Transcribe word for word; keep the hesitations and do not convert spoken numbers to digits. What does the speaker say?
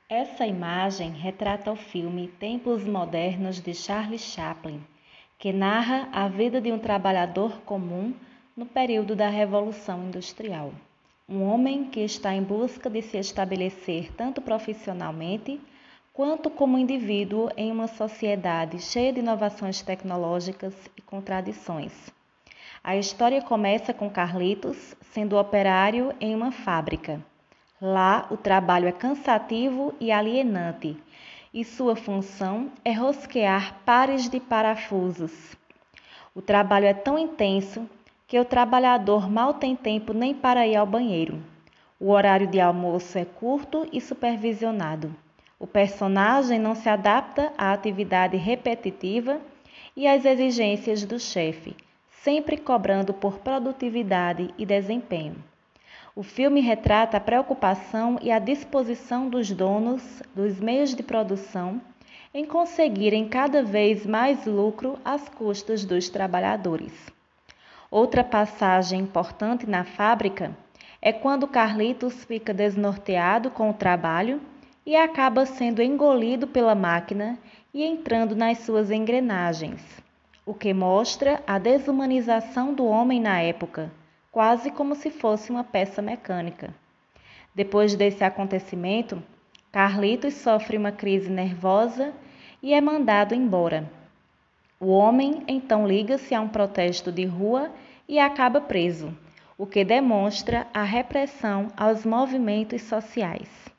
Essa imagem retrata o filme Tempos Modernos de Charlie Chaplin, que narra a vida de um trabalhador comum no período da Revolução Industrial. Um homem que está em busca de se estabelecer tanto profissionalmente quanto como indivíduo em uma sociedade cheia de inovações tecnológicas e contradições. A história começa com Carlitos sendo operário em uma fábrica. Lá, o trabalho é cansativo e alienante, e sua função é rosquear pares de parafusos. O trabalho é tão intenso que o trabalhador mal tem tempo nem para ir ao banheiro. O horário de almoço é curto e supervisionado. O personagem não se adapta à atividade repetitiva e às exigências do chefe, sempre cobrando por produtividade e desempenho. O filme retrata a preocupação e a disposição dos donos dos meios de produção em conseguirem cada vez mais lucro às custas dos trabalhadores. Outra passagem importante na fábrica é quando Carlitos fica desnorteado com o trabalho e acaba sendo engolido pela máquina e entrando nas suas engrenagens, o que mostra a desumanização do homem na época, quase como se fosse uma peça mecânica. Depois desse acontecimento, Carlitos sofre uma crise nervosa e é mandado embora. O homem então liga-se a um protesto de rua e acaba preso, o que demonstra a repressão aos movimentos sociais.